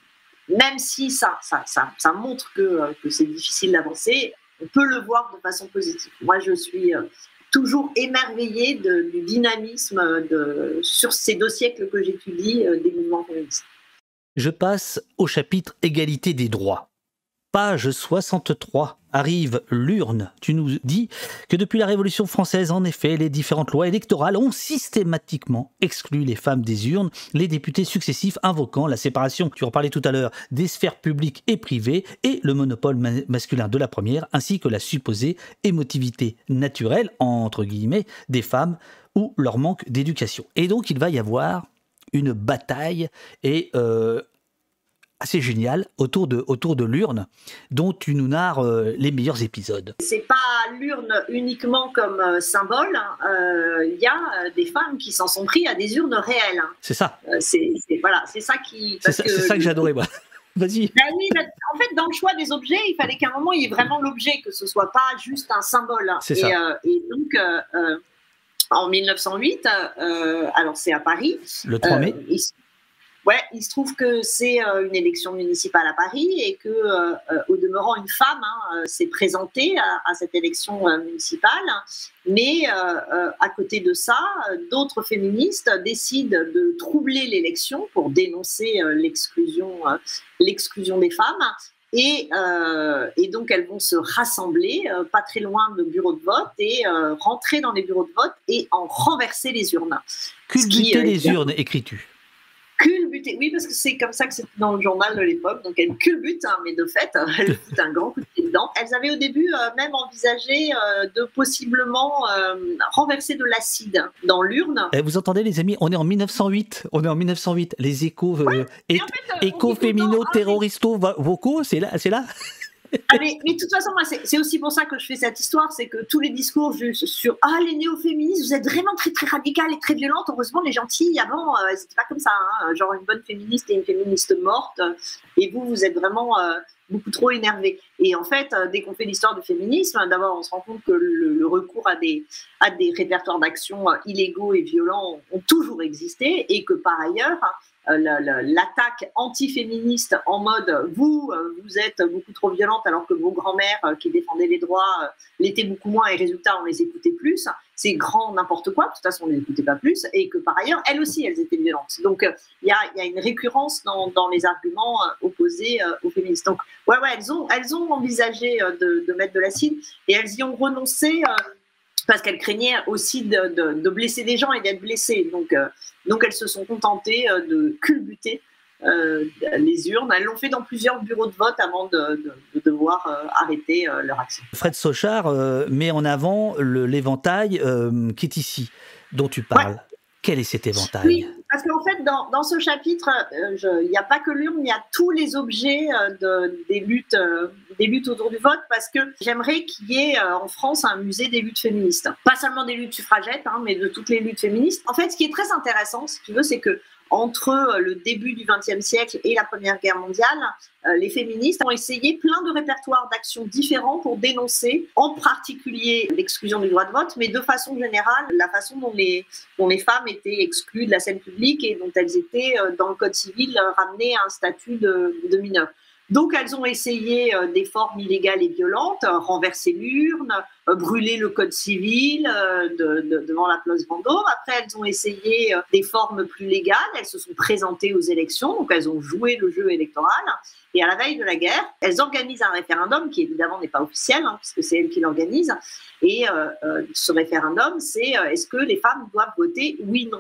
même si ça, ça, ça, ça montre que, que c'est difficile d'avancer, on peut le voir de façon positive. Moi, je suis toujours émerveillée de, du dynamisme de, sur ces deux siècles que j'étudie euh, des mouvements féministes. Je passe au chapitre égalité des droits. Page soixante-trois, arrive l'urne. Tu nous dis que depuis la Révolution française, en effet, les différentes lois électorales ont systématiquement exclu les femmes des urnes, les députés successifs invoquant la séparation, tu en parlais tout à l'heure, des sphères publiques et privées et le monopole ma- masculin de la première, ainsi que la supposée émotivité naturelle, entre guillemets, des femmes ou leur manque d'éducation. Et donc, il va y avoir une bataille et... Euh, assez génial autour de, autour de l'urne, dont tu nous narres euh, les meilleurs épisodes. C'est pas l'urne uniquement comme euh, symbole, il hein. euh, y a euh, des femmes qui s'en sont pris à des urnes réelles. Hein. C'est ça. Euh, c'est, c'est, voilà, c'est ça qui... C'est ça, que, c'est ça que j'adorais, moi. Vas-y. Ben oui, ben, en fait, dans le choix des objets, il fallait qu'à un moment, il y ait vraiment l'objet, que ce soit pas juste un symbole. Hein. C'est et, ça. Euh, et donc... Euh, euh, en mille neuf cent huit, euh, alors c'est à Paris. Le trois mai. Euh, il, ouais, il se trouve que c'est euh, une élection municipale à Paris et que, euh, euh, au demeurant, une femme hein, s'est présentée à, à cette élection euh, municipale. Mais euh, euh, à côté de ça, d'autres féministes décident de troubler l'élection pour dénoncer euh, l'exclusion, euh, l'exclusion des femmes. Et, euh, et donc, elles vont se rassembler euh, pas très loin de bureaux de vote et euh, rentrer dans les bureaux de vote et en renverser les urnes. Culbuter euh, les urnes, écris-tu. Culbuter, oui, parce que c'est comme ça que c'était dans le journal de l'époque. Donc, elles culbutent, hein, mais de fait, elles foutent un grand coup de pied dedans. Elles avaient au début euh, même envisagé euh, de possiblement euh, renverser de l'acide dans l'urne. Et vous entendez, les amis, on est en mille neuf cent huit. On est en mille neuf cent huit. Les échos, euh, ouais, é- en fait, euh, éco-fémino-terroristo vocaux, c'est là, c'est là. Ah, mais, mais de toute façon, moi, c'est, c'est aussi pour ça que je fais cette histoire, c'est que tous les discours juste sur « Ah, les néo-féministes, vous êtes vraiment très, très radicales et très violentes. Heureusement, les gentilles, avant, euh, c'était pas comme ça. Hein, genre une bonne féministe et une féministe morte. Et vous, vous êtes vraiment euh, beaucoup trop énervés. » Et en fait, euh, dès qu'on fait l'histoire du féminisme, d'abord, on se rend compte que le, le recours à des, à des répertoires d'action euh, illégaux et violents ont, ont toujours existé et que par ailleurs... Euh, la, la, l'attaque anti-féministe en mode vous, euh, vous êtes beaucoup trop violente alors que vos grands-mères euh, qui défendaient les droits euh, l'étaient beaucoup moins et résultat on les écoutait plus, c'est grand n'importe quoi, de toute façon on les écoutait pas plus et que par ailleurs elles aussi elles étaient violentes. Donc il euh, y, a, y a une récurrence dans, dans les arguments euh, opposés euh, aux féministes. Donc ouais ouais elles ont, elles ont envisagé euh, de, de mettre de l'acide et elles y ont renoncé euh, parce qu'elles craignaient aussi de, de, de blesser des gens et d'être blessées. Donc, euh, donc elles se sont contentées euh, de culbuter euh, les urnes. Elles l'ont fait dans plusieurs bureaux de vote avant de, de, de devoir euh, arrêter euh, leur action. Fred Sochard euh, met en avant le, l'éventail euh, qui est ici, dont tu parles. Ouais. Quel est cet éventail ? Oui, parce qu'en fait, dans, dans ce chapitre, il n'y a pas que l'urne, il y a tous les objets euh, de, des, luttes, euh, des luttes autour du vote, parce que j'aimerais qu'il y ait euh, en France un musée des luttes féministes. Pas seulement des luttes suffragettes, hein, mais de toutes les luttes féministes. En fait, ce qui est très intéressant, si tu veux, c'est que entre le début du vingtième siècle et la Première Guerre mondiale, euh, les féministes ont essayé plein de répertoires d'actions différents pour dénoncer, en particulier l'exclusion du droit de vote, mais de façon générale, la façon dont les, dont les femmes étaient exclues de la scène publique et dont elles étaient, euh, dans le Code civil, euh, ramenées à un statut de, de mineur. Donc, elles ont essayé euh, des formes illégales et violentes, euh, renverser l'urne, euh, brûler le code civil euh, de, de, devant la place Vendôme. Après, elles ont essayé euh, des formes plus légales. Elles se sont présentées aux élections, donc elles ont joué le jeu électoral. Et à la veille de la guerre, elles organisent un référendum qui, évidemment, n'est pas officiel, hein, puisque c'est elles qui l'organisent. Et euh, euh, ce référendum, c'est euh, est-ce que les femmes doivent voter oui, non.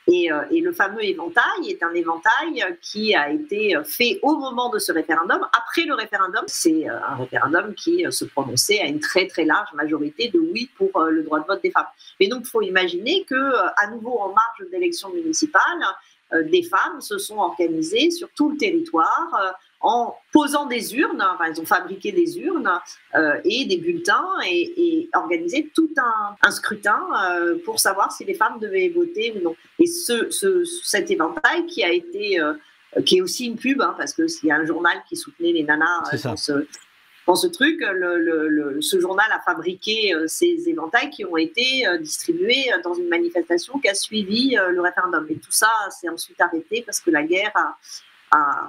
Et, euh, et le fameux éventail est un éventail qui a été fait au moment de ce référendum. Après le référendum, c'est un référendum qui se prononçait à une très très large majorité de oui pour le droit de vote des femmes. Et donc, il faut imaginer qu'à nouveau, en marge d'élections municipales, euh, des femmes se sont organisées sur tout le territoire euh, en posant des urnes, enfin, ils ont fabriqué des urnes euh, et des bulletins et, et organisé tout un, un scrutin euh, pour savoir si les femmes devaient voter ou non. Et ce, ce, cet éventail qui a été, euh, qui est aussi une pub, hein, parce qu'il y a un journal qui soutenait les nanas euh, dans, ce, dans ce truc, le, le, le, ce journal a fabriqué euh, ces éventails qui ont été euh, distribués dans une manifestation qui a suivi euh, le référendum. Et tout ça s'est ensuite arrêté parce que la guerre a... a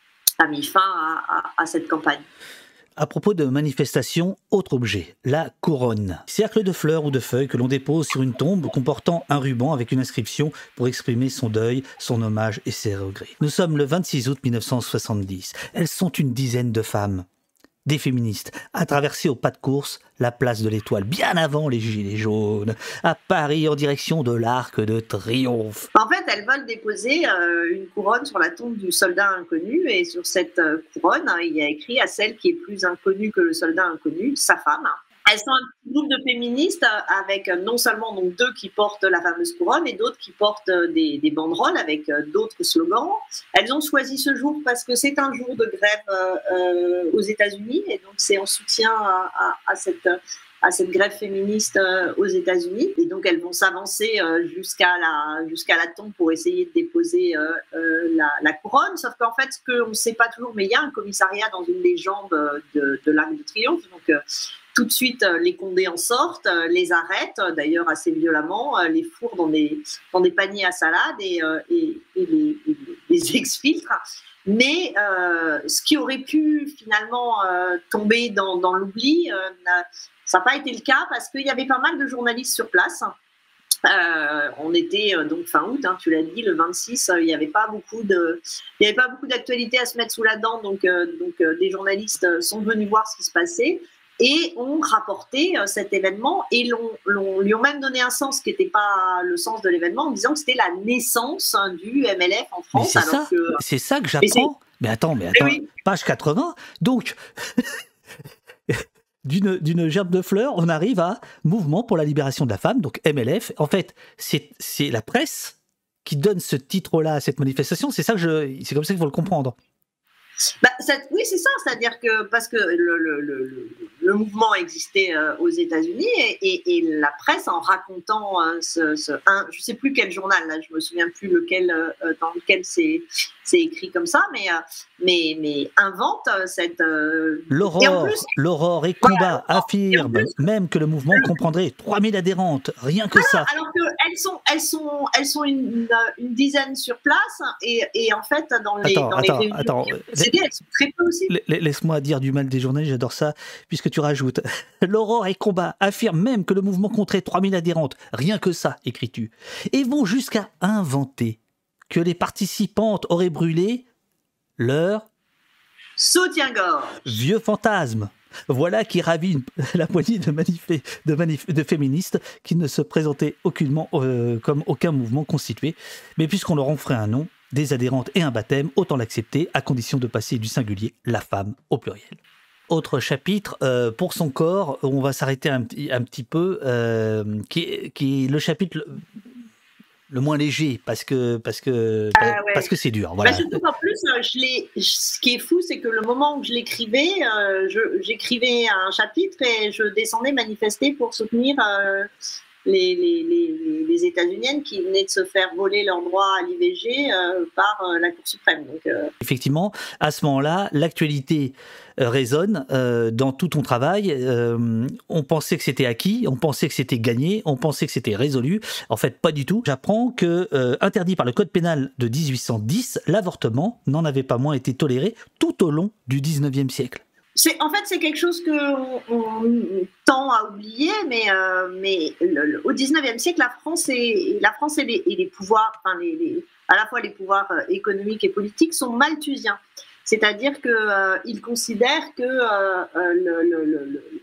a mis fin à, à, à cette campagne. À propos de manifestations, autre objet, la couronne. Cercle de fleurs ou de feuilles que l'on dépose sur une tombe comportant un ruban avec une inscription pour exprimer son deuil, son hommage et ses regrets. Nous sommes le vingt-six août mille neuf cent soixante-dix. Elles sont une dizaine de femmes, des féministes, à traverser au pas de course la place de l'Étoile, bien avant les Gilets jaunes, à Paris en direction de l'Arc de Triomphe. En fait, elles veulent déposer euh, une couronne sur la tombe du soldat inconnu, et sur cette euh, couronne, hein, il y a écrit à celle qui est plus inconnue que le soldat inconnu, sa femme. Elles sont un petit groupe de féministes avec non seulement donc deux qui portent la fameuse couronne et d'autres qui portent des, des banderoles avec d'autres slogans. Elles ont choisi ce jour parce que c'est un jour de grève euh, aux États-Unis, et donc c'est en soutien à, à, à, cette, à cette grève féministe aux États-Unis. Et donc elles vont s'avancer jusqu'à la, jusqu'à la tombe pour essayer de déposer euh, la, la couronne. Sauf qu'en fait, ce qu'on ne sait pas toujours, mais il y a un commissariat dans une des jambes de, de l'Arc de Triomphe. Donc, euh, tout de suite, les Condés en sortent, les arrêtent, d'ailleurs assez violemment, les fourrent dans des, dans des paniers à salade et, et, et les, et les exfiltrent. Mais euh, ce qui aurait pu finalement euh, tomber dans, dans l'oubli, euh, ça n'a pas été le cas parce qu'il y avait pas mal de journalistes sur place. Euh, on était euh, donc fin août, hein, tu l'as dit, le vingt-six, euh, il n'y avait pas beaucoup de, il y avait pas beaucoup d'actualités à se mettre sous la dent, donc, euh, donc euh, des journalistes sont venus voir ce qui se passait. Et ont rapporté euh, cet événement et l'ont, l'ont, lui ont même donné un sens qui n'était pas le sens de l'événement, en disant que c'était la naissance hein, du M L F en France. Mais c'est, alors ça, que... c'est ça que j'apprends. Mais, mais attends, mais attends, oui. Page quatre-vingts. Donc, d'une, d'une gerbe de fleurs, on arrive à Mouvement pour la libération de la femme, donc M L F. En fait, c'est, c'est la presse qui donne ce titre-là à cette manifestation. C'est ça que je, c'est comme ça qu'il faut le comprendre. Bah, ça, oui, c'est ça, c'est-à-dire que parce que le, le, le, le mouvement existait euh, aux États-Unis et, et, et la presse, en racontant euh, ce, ce un, je ne sais plus quel journal, là, je me souviens plus lequel, euh, dans lequel c'est, c'est écrit comme ça, mais, euh, mais, mais invente euh, cette. Euh, L'aurore, et plus, l'aurore et combat voilà, affirme et plus, même que le mouvement comprendrait trois mille adhérentes, rien que voilà, ça. Alors qu'elles sont, elles sont, elles sont une, une dizaine sur place et, et en fait, dans les, attends, dans attends, les réunions. Attends, elles sont très peu aussi. Laisse-moi dire du mal des journalistes, j'adore ça, puisque tu rajoutes « L'aurore et combat affirment même que le mouvement compterait trois mille adhérentes, rien que ça, écris-tu, et vont jusqu'à inventer que les participantes auraient brûlé leur soutien-gorge. Vieux fantasme. Voilà qui ravit une, la poignée de, manif- de, manif- de féministes qui ne se présentaient aucunement euh, comme aucun mouvement constitué, mais puisqu'on leur offrait un nom, des adhérentes et un baptême, autant l'accepter, à condition de passer du singulier, la femme, au pluriel. Autre chapitre, euh, pour son corps, on va s'arrêter un, un petit peu, euh, qui, est, qui est le chapitre le, le moins léger, parce que, parce que, ah ouais. parce que c'est dur. Voilà. Bah, surtout qu'en plus, je l'ai, ce qui est fou, c'est que le moment où je l'écrivais, euh, je, j'écrivais un chapitre et je descendais manifester pour soutenir... Euh, Les, les, les, les États-Uniennes qui venaient de se faire voler leur droit à l'I V G euh, par euh, la Cour suprême. Donc, euh... Effectivement, à ce moment-là, l'actualité euh, résonne euh, dans tout ton travail. Euh, on pensait que c'était acquis, on pensait que c'était gagné, on pensait que c'était résolu. En fait, pas du tout. J'apprends que, euh, interdit par le Code pénal de dix-huit cent dix, l'avortement n'en avait pas moins été toléré tout au long du dix-neuvième siècle. C'est, en fait, c'est quelque chose qu'on on tend à oublier, mais, euh, mais le, le, au dix-neuvième siècle, la France et, la France et les, et les pouvoirs, enfin les, les, à la fois les pouvoirs économiques et politiques, sont malthusiens. C'est-à-dire qu'ils euh, considèrent que euh, le, le, le,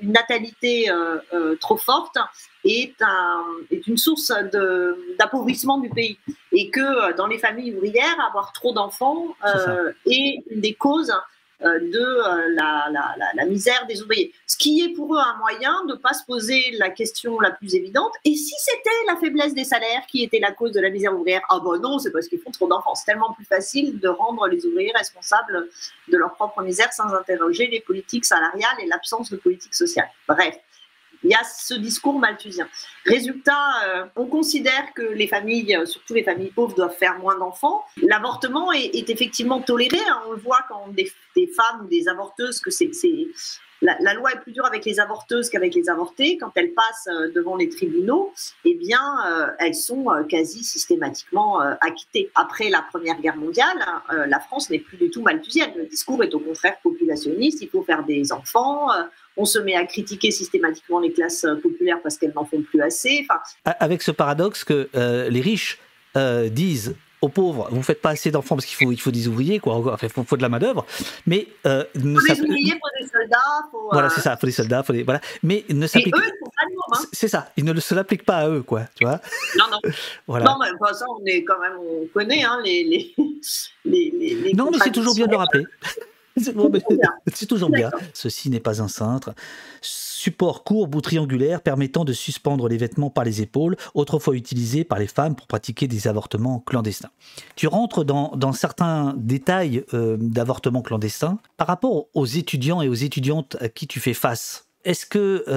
une natalité euh, euh, trop forte est, un, est une source de, d'appauvrissement du pays. Et que dans les familles ouvrières, avoir trop d'enfants euh, est une des causes euh, de euh, la, la, la, la misère des ouvriers. Ce qui est pour eux un moyen de ne pas se poser la question la plus évidente. Et si c'était la faiblesse des salaires qui était la cause de la misère ouvrière? Ah ben non, c'est parce qu'ils font trop d'enfants. C'est tellement plus facile de rendre les ouvriers responsables de leur propre misère sans interroger les politiques salariales et l'absence de politique sociale. Bref. Il y a ce discours malthusien. Résultat, euh, on considère que les familles, surtout les familles pauvres, doivent faire moins d'enfants. L'avortement est, est effectivement toléré. Hein. On le voit quand des, des femmes ou des avorteuses, que c'est, c'est la, la loi est plus dure avec les avorteuses qu'avec les avortés. Quand elles passent devant les tribunaux, eh bien, euh, elles sont quasi systématiquement euh, acquittées. Après la Première Guerre mondiale, euh, la France n'est plus du tout malthusienne. Le discours est au contraire populationniste. Il faut faire des enfants. Euh, On se met à critiquer systématiquement les classes populaires parce qu'elles n'en font plus assez. Enfin, avec ce paradoxe que euh, les riches euh, disent aux pauvres, vous ne faites pas assez d'enfants parce qu'il faut, il faut des ouvriers, quoi. Enfin, il faut, faut de la main-d'œuvre. Mais euh, il faut des ouvriers, il faut des soldats. Faut, voilà, euh... c'est ça, il faut des soldats. Faut des, voilà. Mais ne s'applique... Et eux, ils font pas de monde. Hein. C'est ça, ils ne se l'appliquent pas à eux, quoi. Tu vois. Non, non. Voilà. Non, mais enfin, ça, on est quand même, on connaît hein, les, les, les, les, les. Non, mais c'est toujours bien de le rappeler. C'est, bon, mais c'est toujours bien. Ceci n'est pas un cintre. Support courbe ou triangulaire permettant de suspendre les vêtements par les épaules, autrefois utilisé par les femmes pour pratiquer des avortements clandestins. Tu rentres dans, dans certains détails euh, d'avortements clandestins. Par rapport aux étudiants et aux étudiantes à qui tu fais face, est-ce que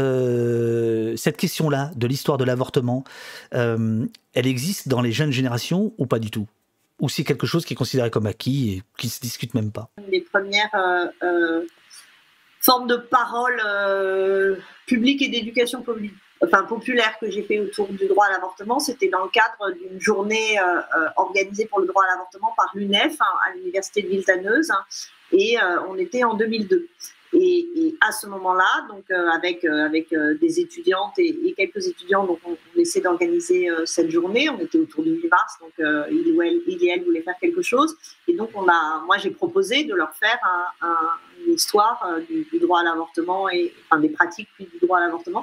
euh, cette question-là de l'histoire de l'avortement, euh, elle existe dans les jeunes générations ou pas du tout ? Ou c'est quelque chose qui est considéré comme acquis et qui ne se discute même pas? Les premières euh, euh, formes de parole euh, publique et d'éducation publique, enfin, populaire que j'ai fait autour du droit à l'avortement, c'était dans le cadre d'une journée euh, euh, organisée pour le droit à l'avortement par l'U N E F hein, à l'université de Villetaneuse, hein, et euh, on était en deux mille deux. Et, et à ce moment-là, donc euh, avec euh, avec euh, des étudiantes et, et quelques étudiants, donc on, on essaie d'organiser euh, cette journée. On était autour du huit mars, donc euh, il, ou elle, il et elle voulaient faire quelque chose. Et donc on a, moi j'ai proposé de leur faire un, un, une histoire euh, du, du droit à l'avortement et enfin des pratiques puis du droit à l'avortement.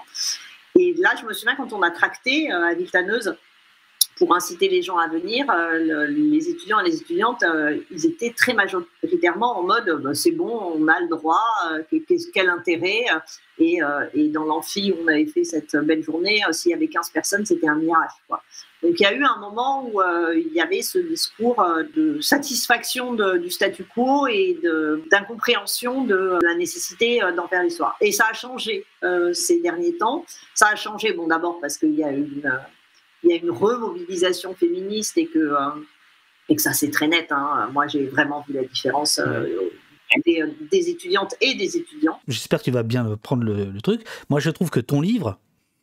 Et là, je me souviens quand on a tracté euh, à Villetaneuse pour inciter les gens à venir, euh, le, les étudiants et les étudiantes, euh, ils étaient très majoritairement en mode bah, c'est bon, on a le droit, euh, quel intérêt. Et, euh, et dans l'amphi où on avait fait cette belle journée, euh, s'il y avait quinze personnes, c'était un miracle, quoi. Donc il y a eu un moment où euh, il y avait ce discours euh, de satisfaction de, du statu quo et de, d'incompréhension de la nécessité euh, d'en faire l'histoire. Et ça a changé euh, ces derniers temps. Ça a changé, bon, d'abord parce qu'il y a eu une... Euh, il y a une remobilisation féministe et que, euh, et que ça c'est très net. Hein. Moi j'ai vraiment vu la différence euh, des, des étudiantes et des étudiants. J'espère que tu vas bien prendre le, le truc. Moi je trouve que ton livre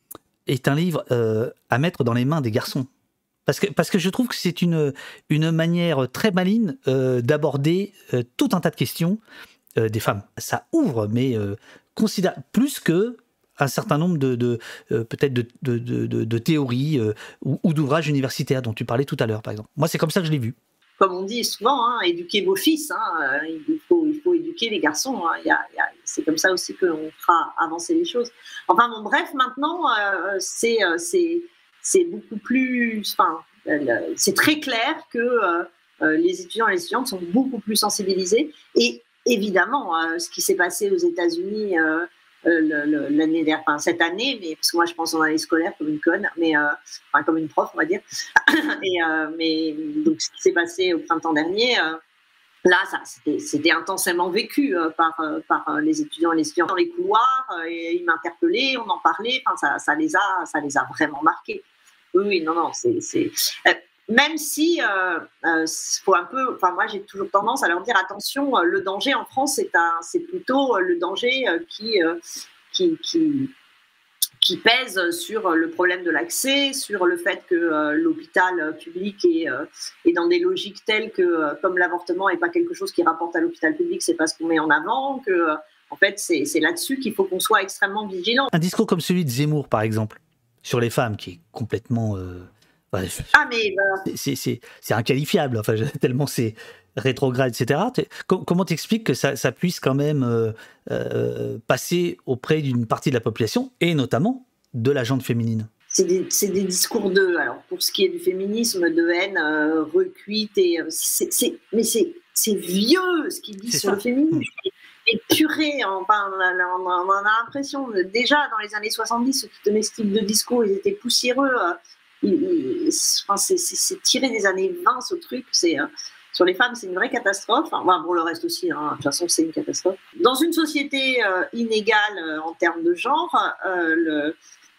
est un livre euh, à mettre dans les mains des garçons. Parce que, parce que je trouve que c'est une, une manière très maligne euh, d'aborder euh, tout un tas de questions euh, des femmes. Ça ouvre, mais euh, considère plus que un certain nombre de, de euh, peut-être de, de, de, de théories euh, ou, ou d'ouvrages universitaires dont tu parlais tout à l'heure, par exemple. Moi, c'est comme ça que je l'ai vu. Comme on dit souvent, hein, éduquez vos fils. Hein, il, faut, il faut éduquer les garçons. Hein, il y a, il y a, c'est comme ça aussi qu'on fera avancer les choses. Enfin, bon, bref, maintenant, euh, c'est, c'est, c'est beaucoup plus... Enfin, euh, c'est très clair que euh, les étudiants et les étudiantes sont beaucoup plus sensibilisés. Et évidemment, euh, ce qui s'est passé aux États-Unis... Euh, Euh, le, le, l'année dernière, enfin, cette année, mais parce que moi je pense en année scolaire comme une conne, mais euh, enfin, comme une prof on va dire. Et euh, mais donc ce qui s'est passé au printemps dernier, euh, là ça c'était, c'était intensément vécu euh, par euh, par euh, les étudiants et les étudiantes dans les couloirs. Euh, et ils m'interpellaient, on en parlait. Enfin ça ça les a ça les a vraiment marqués. Oui, oui non non c'est c'est euh, même si euh, euh, faut un peu, enfin moi j'ai toujours tendance à leur dire attention, euh, le danger en France c'est un, c'est plutôt euh, le danger euh, qui, euh, qui qui qui pèse sur le problème de l'accès, sur le fait que euh, l'hôpital public est, euh, est dans des logiques telles que euh, comme l'avortement n'est pas quelque chose qui rapporte à l'hôpital public, c'est pas ce qu'on met en avant, que euh, en fait c'est, c'est là-dessus qu'il faut qu'on soit extrêmement vigilant. Un discours comme celui de Zemmour par exemple sur les femmes qui est complètement euh... Bref. Ah mais euh... c'est, c'est, c'est inqualifiable, enfin, tellement c'est, rétrograde, et cetera. Com- comment t'expliques que ça, ça puisse quand même euh, euh, passer auprès d'une partie de la population, et notamment de la gente féminine? C'est des, c'est des discours de, alors pour ce qui est du féminisme, de haine euh, recuite, et, euh, c'est, c'est, mais c'est, c'est vieux ce qu'ils disent C'est sur ça. le féminisme. Mmh. Et purée, enfin, on, a, on, a, on a l'impression, déjà dans les années soixante-dix, ceux qui tenaient ce type de discours, ils étaient poussiéreux. Euh, ils, ils, enfin, c'est, c'est, c'est tiré des années vingt, ce truc. C'est, euh, sur les femmes, c'est une vraie catastrophe. Enfin, pour le reste aussi, hein, de toute façon, c'est une catastrophe. Dans une société euh, inégale euh, en termes de genre, euh, le,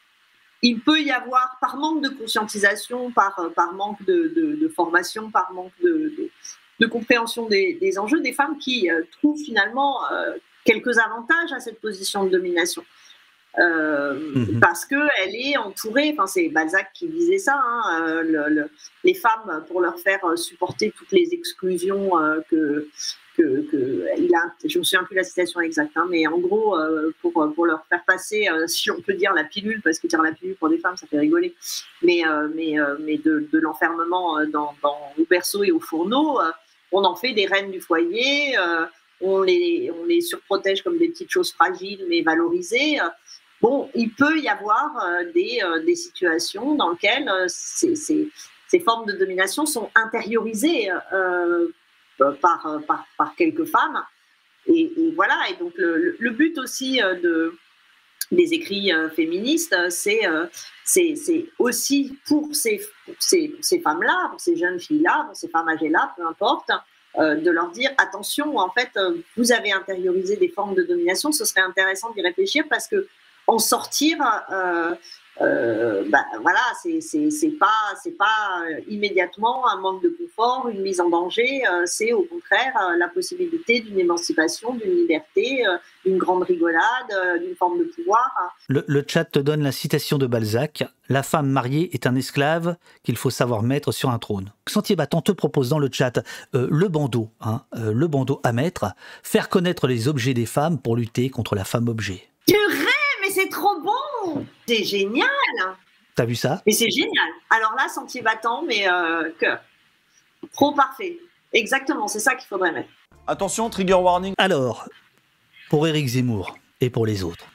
il peut y avoir, par manque de conscientisation, par, par manque de, de, de formation, par manque de... de de compréhension des, des enjeux, des femmes qui euh, trouvent finalement euh, quelques avantages à cette position de domination. Euh, mmh. Parce qu'elle est entourée, enfin c'est Balzac qui disait ça, hein, euh, le, le, les femmes, pour leur faire supporter toutes les exclusions euh, que, que, que il a, je ne me souviens plus la citation exacte, hein, mais en gros, euh, pour, pour leur faire passer, euh, si on peut dire la pilule, parce que dire la pilule pour des femmes, ça fait rigoler, mais, euh, mais, euh, mais de, de l'enfermement dans, dans, au berceau et au fourneau, euh, on en fait des reines du foyer, euh, on, les, on les surprotège comme des petites choses fragiles mais valorisées. Bon, il peut y avoir euh, des, euh, des situations dans lesquelles euh, ces, ces, ces formes de domination sont intériorisées euh, par, par, par quelques femmes. Et, et voilà, et donc le, le but aussi euh, de, des écrits euh, féministes, c'est, euh, c'est, c'est aussi pour ces, pour ces, ces femmes-là, pour ces jeunes filles-là, pour ces femmes âgées-là, peu importe, euh, de leur dire attention, en fait, euh, vous avez intériorisé des formes de domination, ce serait intéressant d'y réfléchir parce que en sortir, euh, euh, bah, voilà, c'est, c'est, c'est pas, c'est pas immédiatement un manque de confort, une mise en danger, euh, c'est au contraire euh, la possibilité d'une émancipation, d'une liberté, euh, d'une grande rigolade, euh, d'une forme de pouvoir. Le, le chat te donne la citation de Balzac. La femme mariée est un esclave qu'il faut savoir mettre sur un trône. Sentier Battant te propose dans le chat euh, le bandeau, hein, euh, le bandeau à mettre, faire connaître les objets des femmes pour lutter contre la femme objet. Purée, mais c'est trop bon! C'est génial! T'as vu ça? Mais c'est génial! Alors là, Sentier Battant, mais euh, cœur. Trop parfait. Exactement, c'est ça qu'il faudrait mettre. Attention, trigger warning. Alors, pour Éric Zemmour et pour les autres,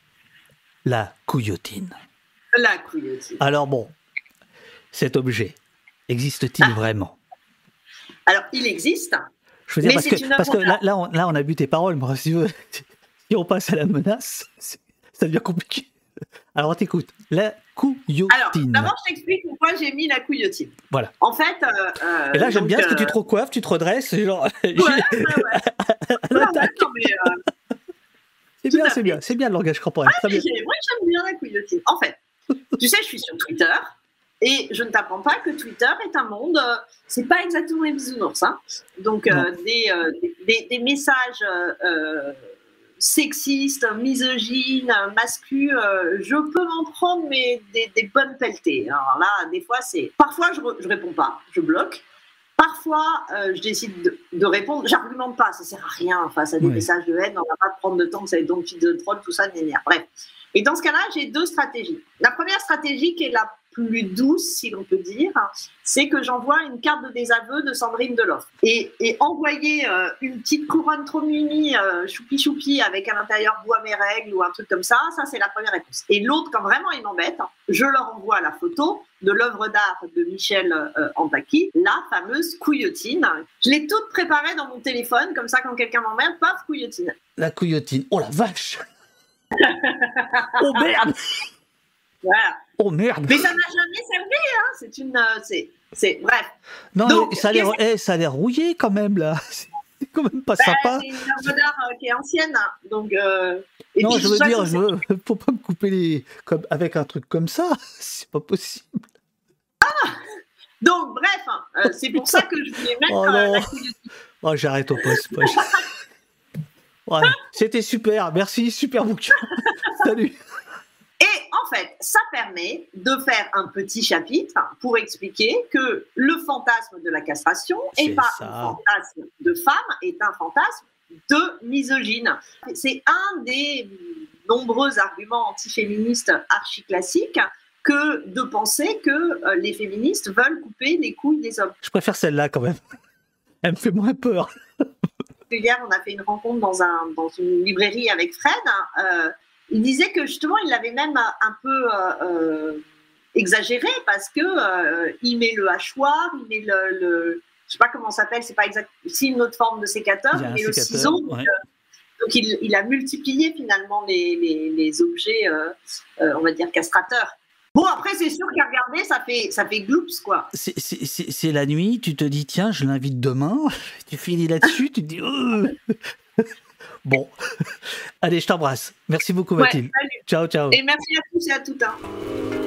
la couillotine. La couillotine. Alors bon, cet objet, existe-t-il ah. vraiment? Alors, il existe. Je veux dire, parce que, parce que là, là, on, là, on a bu tes paroles, moi, si, veux, si on passe à la menace, ça devient compliqué. Alors, on t'écoute. La couillotine. Alors, d'abord, je t'explique pourquoi j'ai mis la couillotine. Voilà. En fait... Euh, et là, j'aime donc, bien euh... ce que tu te recoiffes, tu te redresses, genre... Ouais, ouais, ouais. non, non, mais, euh... C'est bien, c'est bien, c'est bien le langage corporel. Ah, Très bien. Moi, j'aime bien la couillotine. En fait, tu sais, je suis sur Twitter, et je ne t'apprends pas que Twitter est un monde... Euh, c'est pas exactement les bisounours, hein. Donc, euh, des, euh, des, des messages... Euh, sexiste, misogyne, mascu, euh, je peux m'en prendre mais des, des bonnes pelletées. Alors là, des fois, c'est... Parfois, je, re... je réponds pas, je bloque. Parfois, euh, je décide de, de répondre. J'argumente pas, ça sert à rien face à des oui. messages de haine. On va pas prendre de temps, ça va être donc fil de troll, tout ça, nénière. Bref. Et dans ce cas-là, j'ai deux stratégies. La première stratégie, qui est la plus douce, si l'on peut dire, c'est que j'envoie une carte de désaveu de Sandrine Deloff. Et, et envoyer euh, une petite couronne trop mimi, euh, choupi-choupi, avec à l'intérieur bois mes règles ou un truc comme ça, ça c'est la première réponse. Et l'autre, quand vraiment ils m'embêtent, je leur envoie la photo de l'œuvre d'art de Michel euh, Antaki, la fameuse couillotine. Je l'ai toute préparée dans mon téléphone, comme ça quand quelqu'un m'emmerde, paf, couillotine. La couillotine, oh la vache. Oh merde. Voilà. Oh merde. Mais ça n'a jamais servi, hein. C'est une, euh, c'est, c'est, bref. Non, donc, ça a l'air, eh, ça a l'air rouillé quand même là. C'est quand même pas bah, sympa. C'est une œuvre d'art euh, qui est ancienne, hein. Donc. Euh, et non, puis, je veux ça, dire, c'est... je veux, faut pas me couper les, comme avec un truc comme ça, c'est pas possible. Ah. Donc bref, hein, euh, c'est pour ça que je voulais mettre oh, euh, la couillotine. Oh, j'arrête au poste. Ouais, c'était super, merci, super bouquin. Salut. Et en fait, ça permet de faire un petit chapitre pour expliquer que le fantasme de la castration n'est pas ça. Un fantasme de femme, est un fantasme de misogyne. C'est un des nombreux arguments antiféministes archi-classiques que de penser que les féministes veulent couper les couilles des hommes. Je préfère celle-là quand même. Elle me fait moins peur. Hier, on a fait une rencontre dans, un, dans une librairie avec Fred. Euh, il disait que justement, il l'avait même un peu euh, exagéré parce que euh, il met le hachoir, il met le, le je sais pas comment ça s'appelle, c'est pas exact, c'est une autre forme de sécateur, il, il met le ciseau. Ouais. Donc, euh, donc il, il a multiplié finalement les, les, les objets, euh, euh, on va dire castrateurs. Bon, après, c'est sûr qu'à regarder, ça fait, ça fait gloops, quoi. C'est, c'est, c'est, c'est la nuit, tu te dis, tiens, je l'invite demain. Tu finis là-dessus, tu te dis, oh. Bon. Allez, je t'embrasse. Merci beaucoup, Mathilde. Ouais, ciao, ciao. Et merci à tous et à toutes. Hein.